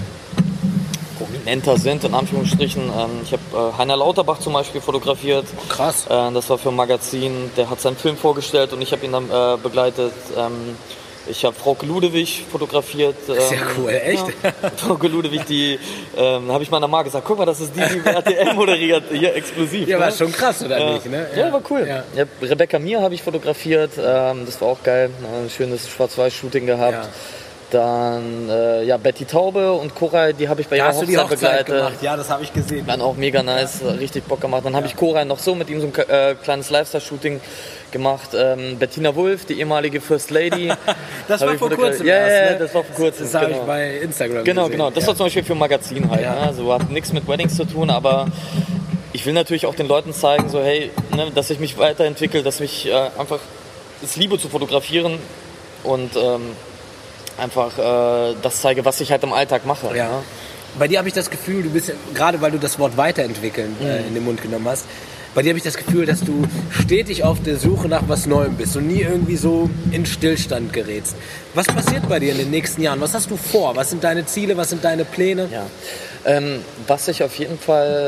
prominenter sind, in Anführungsstrichen. Ähm, ich habe äh, Heiner Lauterbach zum Beispiel fotografiert. Krass. Äh, das war für ein Magazin. Der hat seinen Film vorgestellt und ich habe ihn dann äh, begleitet. Ähm, ich habe Frauke Ludewig fotografiert. Ähm, Sehr cool, echt? Ja. Frauke Ludewig, die ähm, habe ich meiner Mama gesagt, guck mal, das ist die, die R T L moderiert, hier exklusiv. Ja, ne? war schon krass, oder Ja. nicht? Ne? Ja, war cool. Ja. Ja, Rebecca Mir habe ich fotografiert, ähm, das war auch geil, ein schönes Schwarz-Weiß-Shooting gehabt. Ja. Dann äh, ja, Betty Taube und Koray, die habe ich bei Da ihrer hast du die Hochzeit Hochzeit begleitet. gemacht, ja, das habe ich gesehen. Dann auch mega nice, ja. Richtig Bock gemacht. Dann habe ich Koray noch so mit ihm so ein äh, kleines Lifestyle-Shooting gemacht. Ähm, Bettina Wulff, die ehemalige First Lady. Das hab war ich vor fotogra- kurzem Ja, erst, ja, ne? das war vor kurzem. Das habe genau. ich bei Instagram Genau, gesehen. genau. Das ja. war zum Beispiel für ein Magazin halt. Ja. Ne? Also hat nichts mit Weddings zu tun, aber ich will natürlich auch den Leuten zeigen, so hey, ne, dass ich mich weiterentwickle, dass ich äh, einfach es liebe zu fotografieren und ähm, einfach äh, das zeige, was ich halt im Alltag mache. Ja. Ne? Bei dir habe ich das Gefühl, du bist, gerade weil du das Wort weiterentwickeln äh, in den Mund genommen hast, bei dir habe ich das Gefühl, dass du stetig auf der Suche nach was Neuem bist und nie irgendwie so in Stillstand gerätst. Was passiert bei dir in den nächsten Jahren? Was hast du vor? Was sind deine Ziele? Was sind deine Pläne? Ja. Ähm, was ich auf jeden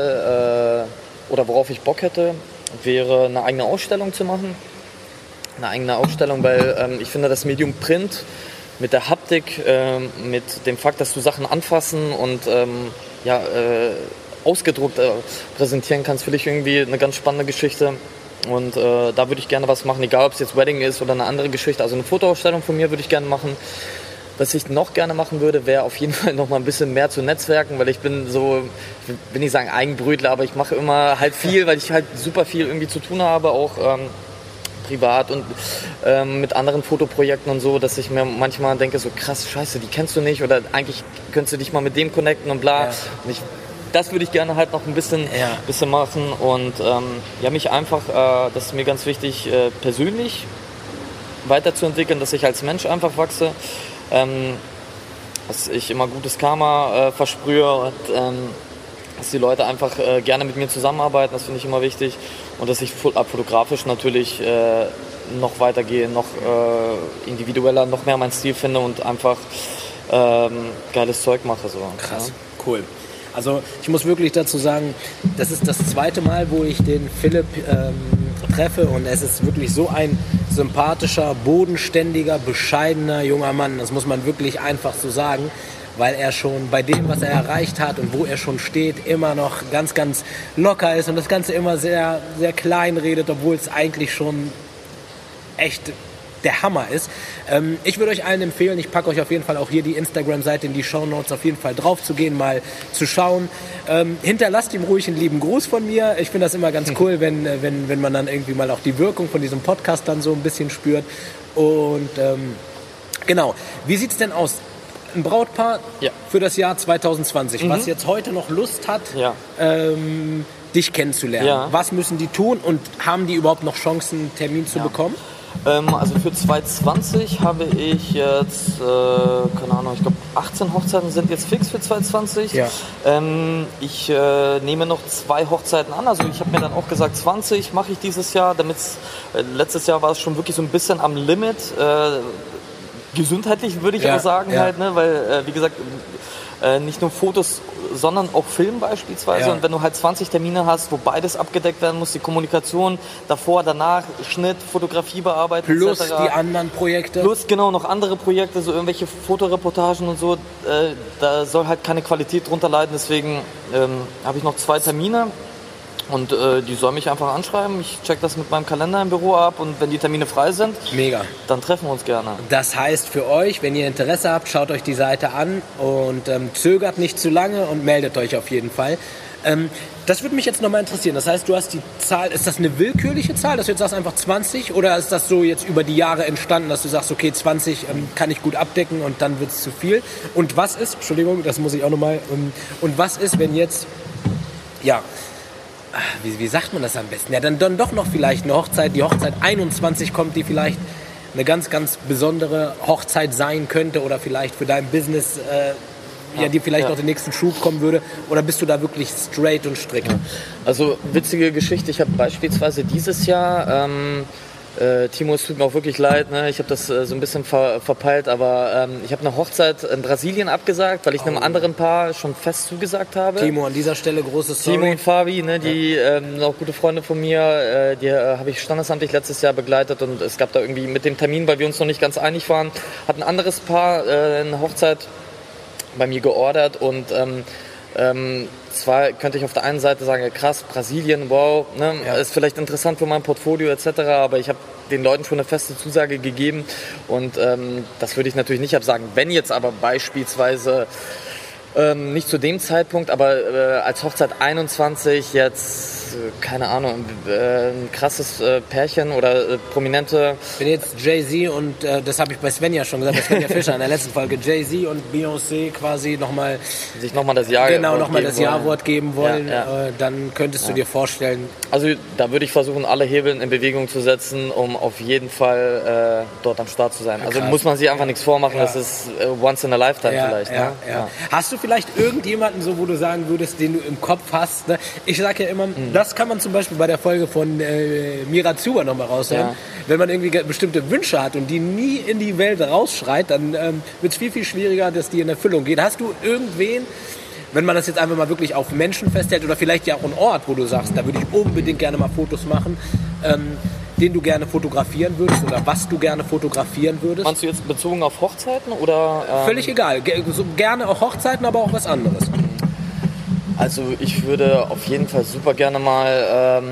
Fall äh, oder worauf ich Bock hätte, wäre eine eigene Ausstellung zu machen. Eine eigene Ausstellung, weil ähm, ich finde, das Medium Print mit der Haptik, ähm, mit dem Fakt, dass du Sachen anfassen und ähm, ja, äh, ausgedruckt äh, präsentieren kannst, finde ich irgendwie eine ganz spannende Geschichte. Und äh, da würde ich gerne was machen, egal ob es jetzt Wedding ist oder eine andere Geschichte. Also eine Fotoausstellung von mir würde ich gerne machen. Was ich noch gerne machen würde, wäre auf jeden Fall noch mal ein bisschen mehr zu Netzwerken, weil ich bin so, ich will nicht sagen Eigenbrötler, aber ich mache immer halt viel, weil ich halt super viel irgendwie zu tun habe, auch ähm, privat und ähm, mit anderen Fotoprojekten und so, dass ich mir manchmal denke, so krass, scheiße, die kennst du nicht oder eigentlich könntest du dich mal mit dem connecten und bla. Ja. Und ich, das würde ich gerne halt noch ein bisschen, Ja. bisschen machen und ähm, ja, mich einfach, äh, das ist mir ganz wichtig, äh, persönlich weiterzuentwickeln, dass ich als Mensch einfach wachse, ähm, dass ich immer gutes Karma äh, versprühe und ähm, dass die Leute einfach äh, gerne mit mir zusammenarbeiten, das finde ich immer wichtig und dass ich fo- fotografisch natürlich äh, noch weitergehe, noch äh, individueller, noch mehr meinen Stil finde und einfach ähm, geiles Zeug mache. So. Krass, Ja. cool. Also ich muss wirklich dazu sagen, das ist das zweite Mal, wo ich den Philipp ähm, treffe und es ist wirklich so ein sympathischer, bodenständiger, bescheidener junger Mann. Das muss man wirklich einfach so sagen, weil er schon bei dem, was er erreicht hat und wo er schon steht, immer noch ganz, ganz locker ist und das Ganze immer sehr, sehr klein redet, obwohl es eigentlich schon echt der Hammer ist. Ähm, ich würde euch allen empfehlen, ich packe euch auf jeden Fall auch hier die Instagram-Seite in die Shownotes, auf jeden Fall drauf zu gehen, mal zu schauen. Ähm, hinterlasst ihm ruhig einen lieben Gruß von mir. Ich finde das immer ganz cool, wenn, äh, wenn, wenn man dann irgendwie mal auch die Wirkung von diesem Podcast dann so ein bisschen spürt. Und ähm, genau, wie sieht es denn aus? Ein Brautpaar Ja. für das Jahr zwanzig zwanzig, was jetzt heute noch Lust hat, Ja. ähm, dich kennenzulernen. Ja. Was müssen die tun und haben die überhaupt noch Chancen, einen Termin zu Ja. bekommen? Ähm, also für zwanzig zwanzig habe ich jetzt, äh, keine Ahnung, ich glaube achtzehn Hochzeiten sind jetzt fix für zwanzig zwanzig. Ja. Ähm, ich äh, nehme noch zwei Hochzeiten an, also ich habe mir dann auch gesagt, zwanzig mache ich dieses Jahr, damit äh, letztes Jahr war es schon wirklich so ein bisschen am Limit, äh, gesundheitlich würde ich Ja, auch sagen ja. halt, ne, weil äh, wie gesagt, äh, nicht nur Fotos, sondern auch Film beispielsweise. Ja. Und wenn du halt zwanzig Termine hast, wo beides abgedeckt werden muss, die Kommunikation davor, danach, Schnitt, Fotografie bearbeiten Plus et cetera. die anderen Projekte. Plus genau noch andere Projekte, so irgendwelche Fotoreportagen und so. Äh, da soll halt keine Qualität drunter leiden. Deswegen ähm, habe ich noch zwei Termine. Und äh, die sollen mich einfach anschreiben. Ich check das mit meinem Kalender im Büro ab und wenn die Termine frei sind, Mega. dann treffen wir uns gerne. Das heißt für euch, wenn ihr Interesse habt, schaut euch die Seite an und ähm, zögert nicht zu lange und meldet euch auf jeden Fall. Ähm, das würde mich jetzt nochmal interessieren. Das heißt, du hast die Zahl, ist das eine willkürliche Zahl, dass du jetzt sagst einfach zwanzig oder ist das so jetzt über die Jahre entstanden, dass du sagst, okay, zwanzig ähm, kann ich gut abdecken und dann wird es zu viel? Und was ist, Entschuldigung, das muss ich auch nochmal, ähm, und was ist, wenn jetzt, ja, Wie, wie sagt man das am besten? Ja, dann, dann doch noch vielleicht eine Hochzeit, die Hochzeit einundzwanzig kommt, die vielleicht eine ganz, ganz besondere Hochzeit sein könnte oder vielleicht für dein Business, äh, ja, die vielleicht ja. noch den nächsten Schub kommen würde. Oder bist du da wirklich straight und strikt? Ja. Also witzige Geschichte, ich habe beispielsweise dieses Jahr... Ähm Äh, Timo, es tut mir auch wirklich leid, ne? Ich habe das äh, so ein bisschen ver- verpeilt, aber ähm, ich habe eine Hochzeit in Brasilien abgesagt, weil ich oh. einem anderen Paar schon fest zugesagt habe. Timo, an dieser Stelle großes Sorry. Timo und Fabi, ne, die ja. ähm, sind auch gute Freunde von mir, äh, die äh, habe ich standesamtlich letztes Jahr begleitet und es gab da irgendwie mit dem Termin, weil wir uns noch nicht ganz einig waren, hat ein anderes Paar äh, eine Hochzeit bei mir geordert und ähm, Ähm, zwar könnte ich auf der einen Seite sagen, ja, krass, Brasilien, wow, ne, ja. ist vielleicht interessant für mein Portfolio et cetera, aber ich habe den Leuten schon eine feste Zusage gegeben und ähm, das würde ich natürlich nicht absagen. Wenn jetzt aber beispielsweise ähm, nicht zu dem Zeitpunkt, aber äh, als Hochzeit einundzwanzig jetzt, äh, keine Ahnung, äh, ein krasses äh, Pärchen oder äh, prominente... Wenn jetzt Jay-Z und, äh, das habe ich bei Sven ja schon gesagt, bei Svenja Fischer in der letzten Folge, Jay-Z und Beyoncé quasi nochmal... Sich nochmal das Ja Genau, nochmal das Ja-Wort geben wollen, ja, ja. Äh, dann könntest du ja. dir vorstellen... Also da würde ich versuchen, alle Hebeln in Bewegung zu setzen, um auf jeden Fall äh, dort am Start zu sein. Ja, also krass. muss man sich einfach nichts vormachen, Ja. das ist äh, once in a lifetime Ja, vielleicht. ja, Ne? ja. Ja. Hast du vielleicht irgendjemanden, so, wo du sagen würdest, den du im Kopf hast? Ne? Ich sage ja immer, mhm. das kann man zum Beispiel bei der Folge von äh, Mira Zuber nochmal raushören. Ja. Wenn man irgendwie bestimmte Wünsche hat und die nie in die Welt rausschreit, dann ähm, wird es viel, viel schwieriger, dass die in Erfüllung geht. Hast du irgendwen, wenn man das jetzt einfach mal wirklich auf Menschen festhält oder vielleicht ja auch einen Ort, wo du sagst, da würde ich unbedingt gerne mal Fotos machen, ähm, den du gerne fotografieren würdest oder was du gerne fotografieren würdest? Meinst du jetzt bezogen auf Hochzeiten oder? Ähm Völlig egal. Ge- so gerne auch Hochzeiten, aber auch was anderes. Also ich würde auf jeden Fall super gerne mal ähm,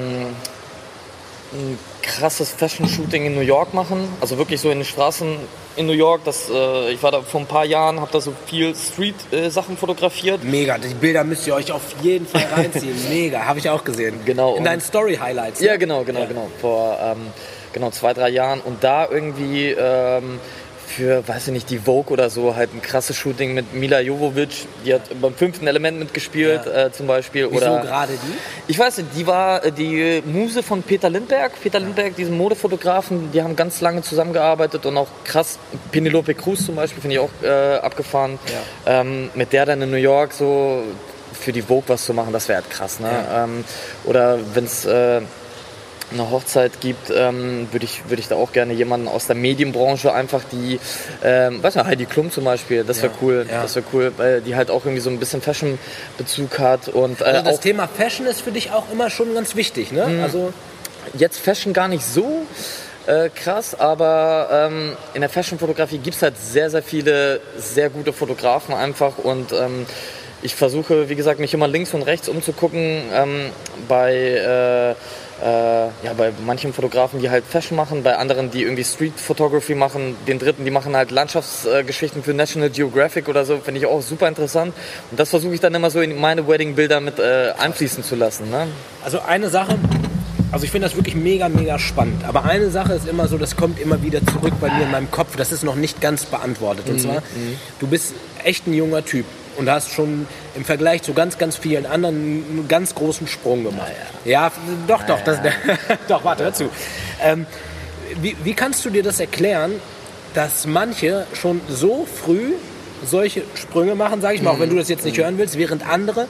ein krasses Fashion-Shooting in New York machen. Also wirklich so in den Straßen in New York. Das, äh, ich war da vor ein paar Jahren, habe da so viel Street-Sachen äh, fotografiert. Mega, die Bilder müsst ihr euch auf jeden Fall reinziehen. Mega, habe ich auch gesehen. Genau. In deinen Story-Highlights. Ja, genau, genau, ja. genau. Vor ähm, genau zwei, drei Jahren. Und da irgendwie... Ähm, für, weiß ich nicht, die Vogue oder so, halt ein krasses Shooting mit Mila Jovovich, die hat beim fünften Element mitgespielt, ja. äh, zum Beispiel. Wieso oder, gerade die? Ich weiß nicht, die war äh, die Muse von Peter Lindbergh. Peter ja. Lindbergh, diesen Modefotografen, die haben ganz lange zusammengearbeitet und auch krass, Penelope Cruz zum Beispiel, finde ich auch äh, abgefahren. Ja. Ähm, mit der dann in New York so für die Vogue was zu machen, das wäre halt krass. Ne? Ja. Ähm, oder wenn es... Äh, eine Hochzeit gibt, ähm, würde ich, würd ich da auch gerne jemanden aus der Medienbranche einfach, die, ähm, weiß nicht, Heidi Klum zum Beispiel, das wäre ja, cool, ja. das wäre cool, weil die halt auch irgendwie so ein bisschen Fashion-Bezug hat. Und, äh, also das auch Thema Fashion ist für dich auch immer schon ganz wichtig, ne? Mh, also jetzt Fashion gar nicht so äh, krass, aber ähm, in der Fashion-Fotografie gibt es halt sehr, sehr viele sehr gute Fotografen einfach und ähm, ich versuche, wie gesagt, mich immer links und rechts umzugucken ähm, bei äh, Äh, ja, bei manchen Fotografen, die halt Fashion machen, bei anderen, die irgendwie Street Photography machen, den dritten, die machen halt Landschaftsgeschichten äh, für National Geographic oder so, finde ich auch super interessant. Und das versuche ich dann immer so in meine Wedding-Bilder mit äh, einfließen zu lassen. Ne? Also eine Sache, also ich finde das wirklich mega, mega spannend. Aber eine Sache ist immer so, das kommt immer wieder zurück bei mir in meinem Kopf, das ist noch nicht ganz beantwortet. Und mhm. zwar, du bist echt ein junger Typ. Und hast schon im Vergleich zu ganz, ganz vielen anderen einen ganz großen Sprung gemacht. Ja, ja doch, doch. Das, doch, warte, hör zu. Ähm, wie, wie kannst du dir das erklären, dass manche schon so früh solche Sprünge machen, sage ich mal, auch wenn du das jetzt nicht hören willst, während andere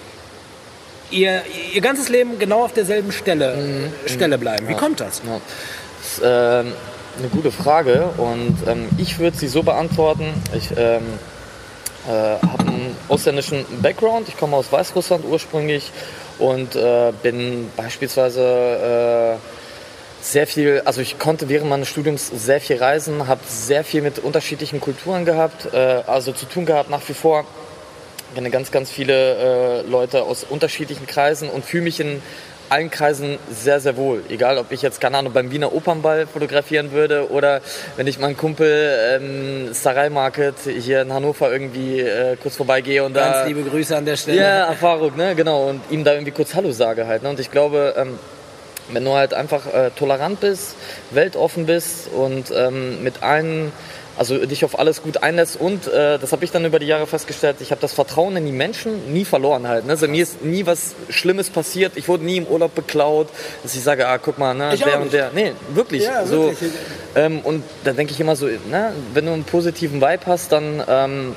ihr, ihr ganzes Leben genau auf derselben Stelle, mhm. Stelle bleiben. Wie ja. kommt das? Ja. Das ist ähm, eine gute Frage und ähm, ich würde sie so beantworten. Ich... Ähm, Äh, habe einen ausländischen Background. Ich komme aus Weißrussland ursprünglich und äh, bin beispielsweise äh, sehr viel, also ich konnte während meines Studiums sehr viel reisen, habe sehr viel mit unterschiedlichen Kulturen gehabt, äh, also zu tun gehabt nach wie vor. Ich kenne ganz, ganz viele äh, Leute aus unterschiedlichen Kreisen und fühle mich in allen Kreisen sehr, sehr wohl. Egal, ob ich jetzt, keine Ahnung, beim Wiener Opernball fotografieren würde oder wenn ich meinen Kumpel ähm, Sarai Market hier in Hannover irgendwie äh, kurz vorbeigehe und Ganz da... liebe Grüße an der Stelle. Ja, Erfahrung, ne, genau. Und ihm da irgendwie kurz Hallo sage halt. Ne? Und ich glaube, ähm, wenn du halt einfach äh, tolerant bist, weltoffen bist und ähm, mit allen... Also dich auf alles gut einlässt und äh, das habe ich dann über die Jahre festgestellt, ich habe das Vertrauen in die Menschen nie verloren halt. Ne? Also mir ist nie was Schlimmes passiert, ich wurde nie im Urlaub beklaut, dass ich sage, ah guck mal, ne, ich der und der. Nee, wirklich. Ja, so, wirklich. Ähm, und da denke ich immer so, ne, wenn du einen positiven Vibe hast, dann ähm,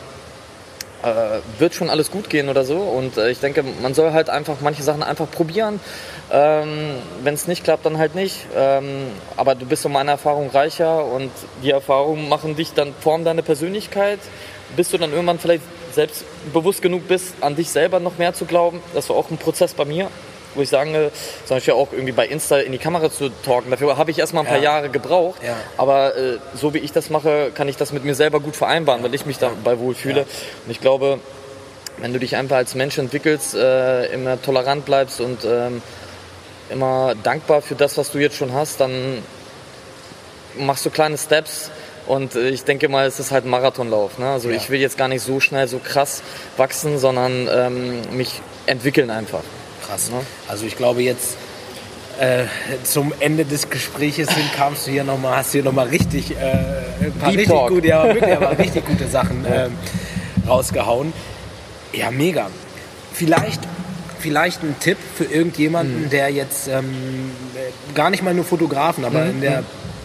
äh, wird schon alles gut gehen oder so. Und äh, ich denke, man soll halt einfach manche Sachen einfach probieren. Ähm, wenn es nicht klappt, dann halt nicht. Ähm, aber du bist um meine Erfahrung reicher und die Erfahrungen machen dich dann, formen deine Persönlichkeit, bis du dann irgendwann vielleicht selbst bewusst genug bist, an dich selber noch mehr zu glauben. Das war auch ein Prozess bei mir, wo ich sage, zum Beispiel auch irgendwie bei Insta in die Kamera zu talken. Dafür habe ich erstmal ein paar Ja. Jahre gebraucht. Ja. Aber äh, so wie ich das mache, kann ich das mit mir selber gut vereinbaren, weil ich mich dabei wohlfühle. Ja. Und ich glaube, wenn du dich einfach als Mensch entwickelst, äh, immer tolerant bleibst und ähm, immer dankbar für das, was du jetzt schon hast, dann machst du kleine Steps und ich denke mal, es ist halt ein Marathonlauf. Ne? Also Ja. ich will jetzt gar nicht so schnell, so krass wachsen, sondern ähm, mich entwickeln einfach. Krass. Ne? Also ich glaube jetzt äh, zum Ende des Gespräches hin kamst du hier nochmal, hast hier nochmal richtig, äh, ein paar Deep richtig Talk. gute, ja wirklich, aber richtig gute Sachen ähm, rausgehauen. Ja, mega. Vielleicht Vielleicht ein Tipp für irgendjemanden, mhm. der jetzt ähm, gar nicht mal nur Fotografen, aber Mhm. in der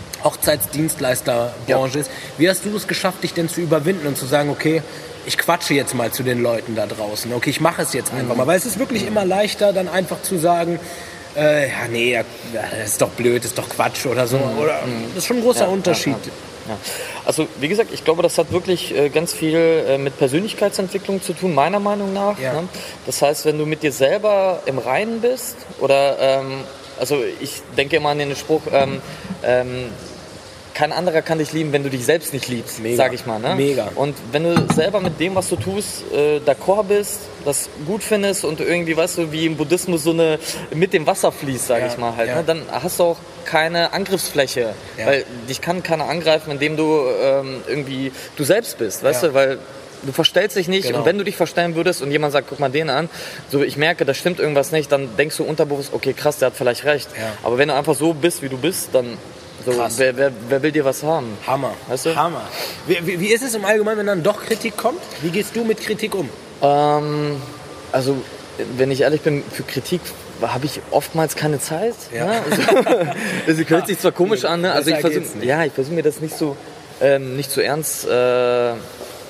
Hochzeitsdienstleisterbranche Ja. ist. Wie hast du es geschafft, dich denn zu überwinden und zu sagen, okay, ich quatsche jetzt mal zu den Leuten da draußen. Okay, ich mache es jetzt einfach Mhm. mal. Weil es ist wirklich immer leichter, dann einfach zu sagen, äh, ja, nee, ja, das ist doch blöd, das ist doch Quatsch oder so. Mhm. Oder, das ist schon ein großer Ja, Unterschied. ja, ja. Ja. Also wie gesagt, ich glaube, das hat wirklich äh, ganz viel äh, mit Persönlichkeitsentwicklung zu tun, meiner Meinung nach. Ja. Ne? Das heißt, wenn du mit dir selber im Reinen bist oder, ähm, also ich denke immer an den Spruch, ähm, ähm, kein anderer kann dich lieben, wenn du dich selbst nicht liebst, Mega. sage ich mal. Ne? Mega. Und wenn du selber mit dem, was du tust, äh, d'accord bist, das gut findest und irgendwie, weißt du, wie im Buddhismus so eine mit dem Wasser fließt, sage Ja, ich mal halt, ja. ne? Dann hast du auch keine Angriffsfläche, Ja. weil dich kann keiner angreifen, indem du ähm, irgendwie du selbst bist, weißt Ja. du, weil du verstellst dich nicht Genau. und wenn du dich verstellen würdest und jemand sagt, guck mal den an, so ich merke, da stimmt irgendwas nicht, dann denkst du unterbewusst, okay krass, der hat vielleicht recht. Ja. Aber wenn du einfach so bist, wie du bist, dann so, Krass. wer, wer, wer will dir was haben? Hammer. Weißt du? Hammer. Wie, wie, wie ist es im Allgemeinen, wenn dann doch Kritik kommt? Wie gehst du mit Kritik um? Ähm, also, wenn ich ehrlich bin, für Kritik habe ich oftmals keine Zeit. Ja. Ne? Also, das hört sich zwar komisch an, ne? Also ich Besser geht's versuche nicht. ja, ich versuche mir das nicht so, ähm, nicht so ernst, äh, ähm,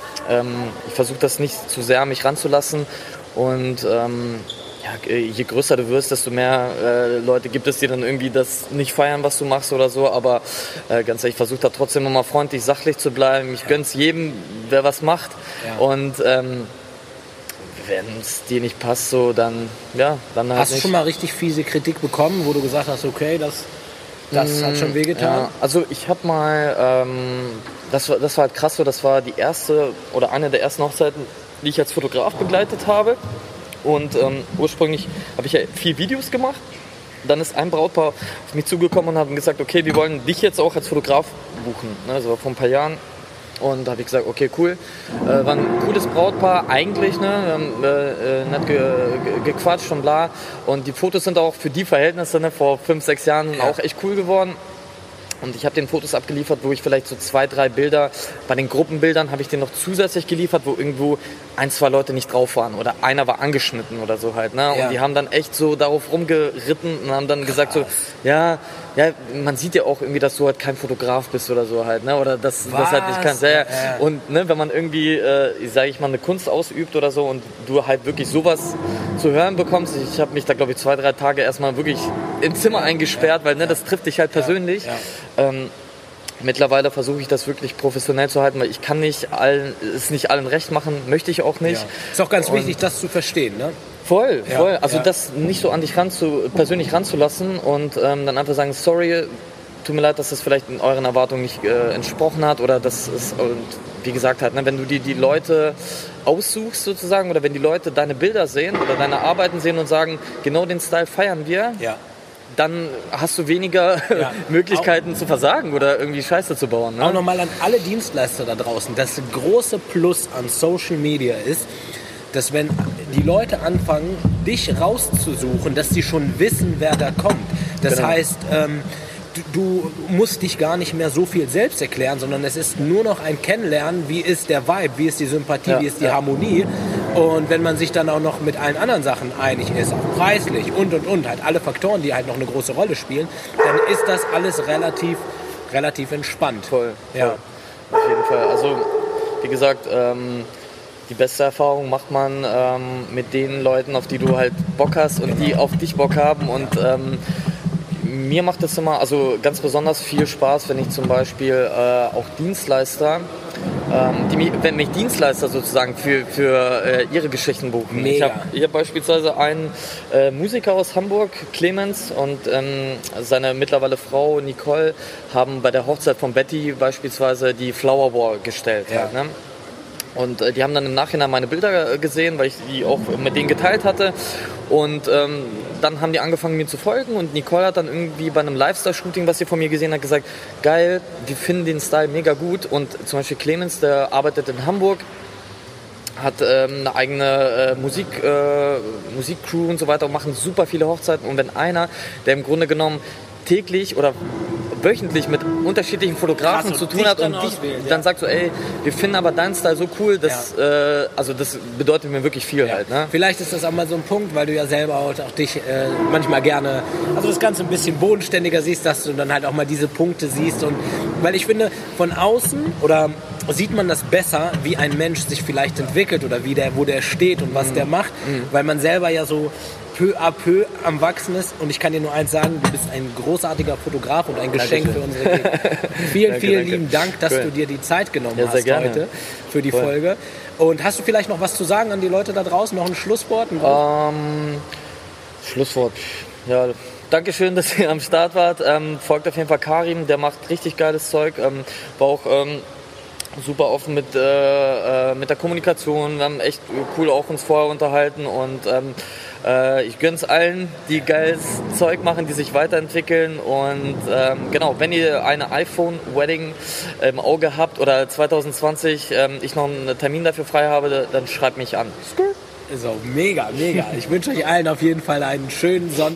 ich versuche das nicht zu sehr an mich ranzulassen und ähm, ja, je größer du wirst, desto mehr äh, Leute gibt es, die dann irgendwie das nicht feiern, was du machst oder so. Aber äh, ganz ehrlich, ich versuche da trotzdem immer freundlich, sachlich zu bleiben. Ich gönn's jedem, wer was macht. Ja. Und ähm, wenn es dir nicht passt, so dann ja, dann halt Hast du nicht. schon mal richtig fiese Kritik bekommen, wo du gesagt hast, okay, das, das hat schon wehgetan? Ja, also ich habe mal, ähm, das, war, das war halt krass so, das war die erste oder eine der ersten Hochzeiten, die ich als Fotograf begleitet habe. Und ähm, ursprünglich habe ich ja viel Videos gemacht. Dann ist ein Brautpaar auf mich zugekommen und haben gesagt, okay, wir wollen dich jetzt auch als Fotograf buchen. Ne, das war vor ein paar Jahren. Und da habe ich gesagt, okay, cool. Äh, war ein cooles Brautpaar eigentlich, ne? Wir haben äh, nett ge ge gequatscht und bla. Und die Fotos sind auch für die Verhältnisse, ne, vor fünf, sechs Jahren Ja. auch echt cool geworden. Und ich habe den Fotos abgeliefert, wo ich vielleicht so zwei, drei Bilder, bei den Gruppenbildern habe ich den noch zusätzlich geliefert, wo irgendwo ein, zwei Leute nicht drauf waren oder einer war angeschnitten oder so halt. Ne? Und Ja. die haben dann echt so darauf rumgeritten und haben dann gesagt so, ja, ja, man sieht ja auch irgendwie, dass du halt kein Fotograf bist oder so halt, ne? Oder dass du das halt nicht kannst. Ja, ja. Ja. Und ne, wenn man irgendwie, äh, sage ich mal, eine Kunst ausübt oder so und du halt wirklich sowas zu hören bekommst, ich habe mich da glaube ich zwei, drei Tage erstmal wirklich ins Zimmer eingesperrt, weil ne, das trifft dich halt persönlich. Ja. Ähm, Mittlerweile versuche ich das wirklich professionell zu halten, weil ich kann nicht allen, es nicht allen recht machen, möchte ich auch nicht. Ja. Ist auch ganz Und wichtig, das zu verstehen, ne? Voll, Ja, voll. Also ja. das nicht so an dich ranzu, persönlich ranzulassen und ähm, dann einfach sagen, sorry, tut mir leid, dass das vielleicht in euren Erwartungen nicht äh, entsprochen hat oder das ist, und wie gesagt halt, ne, wenn du die, die Leute aussuchst sozusagen oder wenn die Leute deine Bilder sehen oder deine Arbeiten sehen und sagen, genau den Style feiern wir, Ja. dann hast du weniger Ja. Möglichkeiten zu versagen oder irgendwie Scheiße zu bauen. Ne? Auch nochmal an alle Dienstleister da draußen. Das große Plus an Social Media ist, dass wenn die Leute anfangen, dich rauszusuchen, dass sie schon wissen, wer da kommt. Das Genau. heißt, ähm, du, du musst dich gar nicht mehr so viel selbst erklären, sondern es ist nur noch ein Kennenlernen, wie ist der Vibe, wie ist die Sympathie, Ja, wie ist die ja. Harmonie. Und wenn man sich dann auch noch mit allen anderen Sachen einig ist, auch preislich und und und, halt alle Faktoren, die halt noch eine große Rolle spielen, dann ist das alles relativ, relativ entspannt. Voll, voll. Ja. Auf jeden Fall. Also, wie gesagt, ähm, die beste Erfahrung macht man ähm, mit den Leuten, auf die du halt Bock hast und die auf dich Bock haben. Und ähm, mir macht es immer, also ganz besonders viel Spaß, wenn ich zum Beispiel äh, auch Dienstleister, ähm, die mich, wenn mich Dienstleister sozusagen für, für äh, ihre Geschichten buchen. Mega. Ich habe ich hab beispielsweise einen äh, Musiker aus Hamburg, Clemens, und ähm, seine mittlerweile Frau Nicole haben bei der Hochzeit von Betty beispielsweise die Flower Wall gestellt. Ja. Halt, ne? Und äh, die haben dann im Nachhinein meine Bilder äh, gesehen, weil ich die auch mit denen geteilt hatte. Und ähm, dann haben die angefangen, mir zu folgen. Und Nicole hat dann irgendwie bei einem Lifestyle-Shooting, was sie von mir gesehen hat, gesagt, geil, wir finden den Style mega gut. Und zum Beispiel Clemens, der arbeitet in Hamburg, hat ähm, eine eigene äh, Musik, äh, Musikcrew und so weiter und machen super viele Hochzeiten. Und wenn einer, der im Grunde genommen täglich oder wöchentlich mit unterschiedlichen Fotografen Krass, zu und tun dich hat dann und dich auswählen, ja. dann sagt so, ey, wir finden aber deinen Style so cool, dass, äh, also das bedeutet mir wirklich viel halt. Ne? Vielleicht ist das auch mal so ein Punkt, weil du ja selber auch, auch dich äh, manchmal gerne, also das Ganze ein bisschen bodenständiger siehst, dass du dann halt auch mal diese Punkte siehst. Und weil ich finde, von außen oder sieht man das besser, wie ein Mensch sich vielleicht entwickelt oder wie der, wo der steht und was Mhm. der macht, Mhm. weil man selber ja so peu à peu am Wachsen ist. Und ich kann dir nur eins sagen, du bist ein großartiger Fotograf und ein Geschenk Dankeschön. für unsere Gegend. Vielen, Danke, vielen danke. lieben Dank, dass Cool. du dir die Zeit genommen Ja, sehr hast gerne. heute für die Voll. Folge. Und hast du vielleicht noch was zu sagen an die Leute da draußen? Noch ein Schlusswort? Ein Ähm, Schlusswort. Ja, Dankeschön, dass ihr am Start wart. Ähm, folgt auf jeden Fall Karim, der macht richtig geiles Zeug. Ähm, war auch ähm, super offen mit, äh, äh, mit der Kommunikation. Wir haben echt cool auch uns vorher unterhalten und ähm, äh, ich gönn's allen, die geiles Zeug machen, die sich weiterentwickeln. Und ähm, genau, wenn ihr eine iPhone-Wedding im Auge habt oder zwanzig zwanzig ähm, ich noch einen Termin dafür frei habe, dann schreibt mich an. So, mega, mega. Ich wünsche euch allen auf jeden Fall einen schönen Sonntag.